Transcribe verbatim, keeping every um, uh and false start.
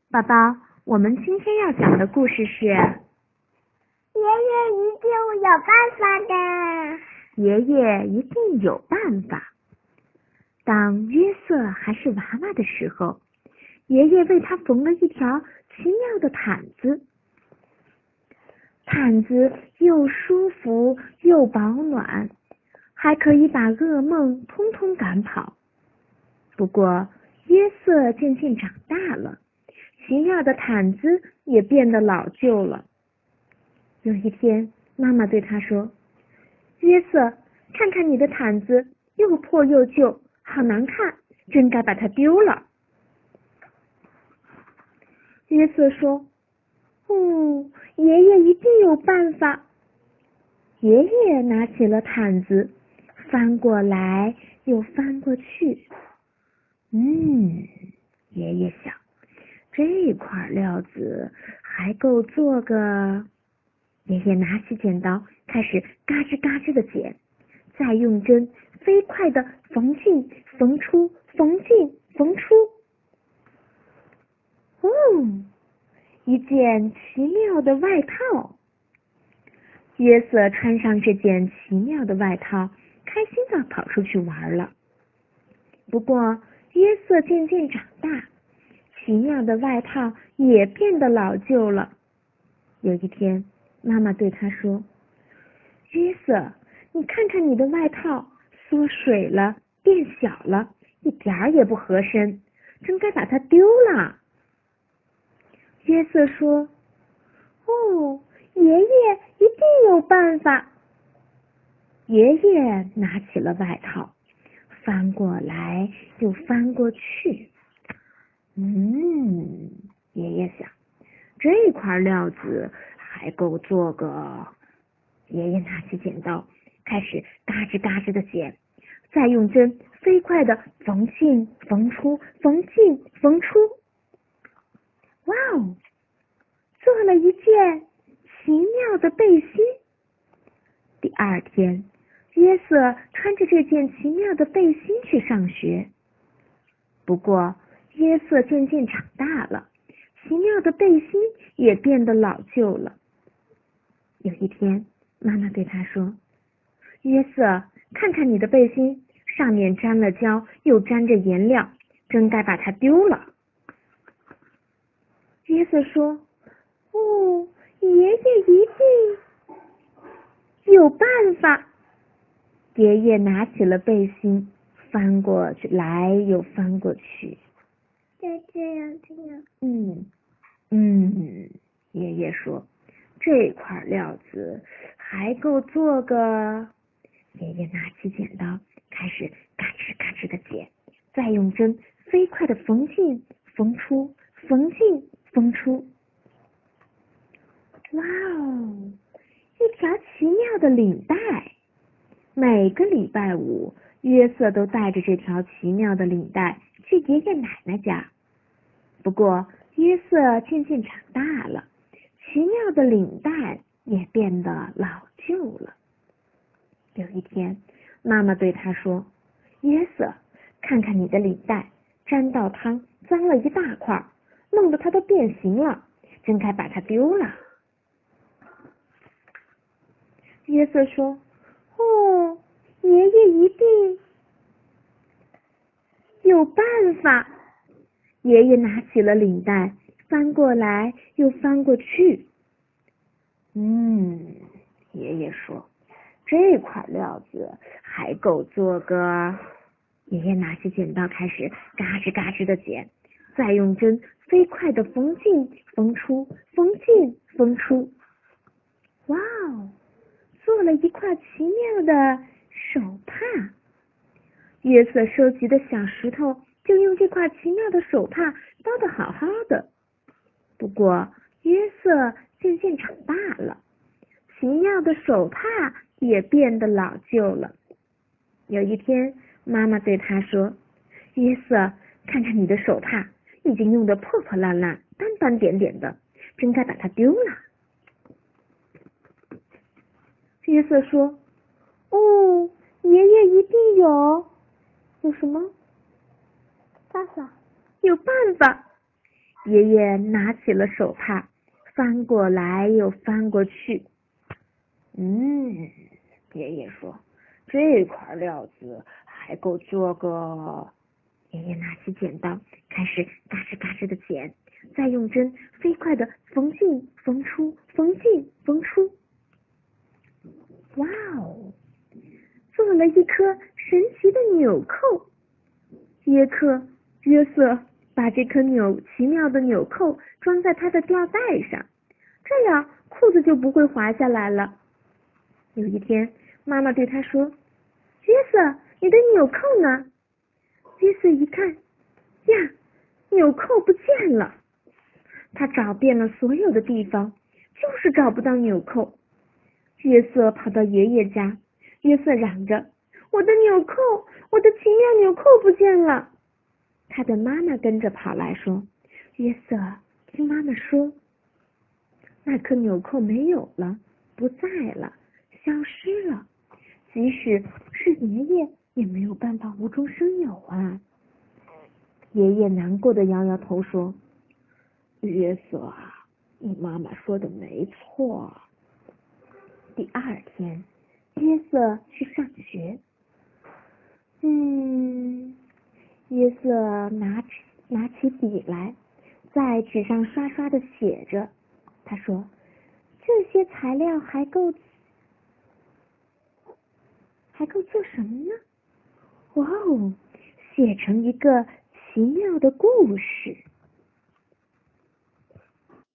宝宝，我们今天要讲的故事是爷爷一定有办法的。 爷爷一定有办法。当约瑟还是娃娃的时候，爷爷为他缝了一条奇妙的毯子。毯子又舒服又保暖，还可以把噩梦通通赶跑。不过约瑟渐渐长大了，奇妙的毯子也变得老旧了。有一天，妈妈对他说：约瑟，看看你的毯子，又破又旧，好难看，真该把它丢了。约瑟说：嗯，爷爷一定有办法。爷爷拿起了毯子，翻过来又翻过去。嗯，爷爷想，这块料子还够做个……爷爷拿起剪刀，开始嘎吱嘎吱的剪，再用针飞快的缝进缝出，缝进缝出。嗯，一件奇妙的外套。约瑟穿上这件奇妙的外套，开心的跑出去玩了。不过约瑟渐渐长大，奇妙的外套也变得老旧了。有一天，妈妈对他说：约瑟，你看看你的外套，缩水了，变小了，一点儿也不合身，真该把它丢了。约瑟说：哦，爷爷一定有办法。爷爷拿起了外套，翻过来又翻过去。嗯，爷爷想，这块料子还够做个……爷爷拿起剪刀，开始嘎吱嘎吱的剪，再用针飞快的缝进缝出，缝进缝出。哇哦，做了一件奇妙的背心。第二天，约瑟穿着这件奇妙的背心去上学。不过约瑟渐渐长大了，奇妙的背心也变得老旧了。有一天，妈妈对他说：约瑟，看看你的背心，上面沾了胶，又沾着颜料，真该把它丢了。约瑟说：哦，爷爷一定有办法。爷爷拿起了背心，翻过来又翻过去。 再这样这样。 嗯嗯，爷爷说，这块料子还够做个……爷爷拿起剪刀，开始嘎吱嘎吱的剪，再用针飞快的缝进缝出，缝进缝出。哇哦，一条奇妙的领带。每个礼拜五，约瑟都带着这条奇妙的领带去爷爷奶奶家。不过约瑟渐渐长大了，奇妙的领带也变得老旧了。有一天，妈妈对他说：约瑟，看看你的领带，沾到汤，脏了一大块，弄得它都变形了，真该把它丢了。约瑟说：哦，爷爷一定有办法。爷爷拿起了领带，翻过来又翻过去。嗯，爷爷说，这块料子还够做个……爷爷拿起剪刀，开始嘎吱嘎吱的剪，再用针飞快的缝进缝出，缝进缝出。哇哦，做了一块奇妙的手帕。约瑟收集的小石头就用这块奇妙的手帕包得好好的。不过约瑟渐渐长大了，奇妙的手帕也变得老旧了。有一天，妈妈对他说：约瑟，看看你的手帕，已经用得破破烂烂，斑斑点点的，真该把它丢了。约瑟说：哦，爷爷一定有……有什么？ 办法？ 有办法。 爷爷拿起了手帕，翻过来又翻过去。嗯，爷爷说，这块料子还够做个……爷爷拿起剪刀，开始嘎吱嘎吱的剪，再用针飞快的缝进缝出，缝进缝出。哇哦，做了一颗神奇的纽扣。约克约瑟把这颗纽奇妙的纽扣装在他的吊带上，这样裤子就不会滑下来了。有一天，妈妈对他说：“约瑟，你的纽扣呢？”约瑟一看，呀，纽扣不见了。他找遍了所有的地方，就是找不到纽扣。约瑟跑到爷爷家，约瑟嚷着：“我的纽扣，我的奇妙纽扣不见了！”他的妈妈跟着跑来说：“约瑟，听妈妈说，那颗纽扣没有了，不在了，消失了。即使是爷爷也没有办法无中生有啊。”爷爷难过的摇摇头说：“约瑟啊，你妈妈说的没错。”第二天，约瑟去上学。嗯，约瑟拿起拿起笔来，在纸上刷刷的写着。他说：“这些材料还够，还够做什么呢？哇哦，写成一个奇妙的故事。”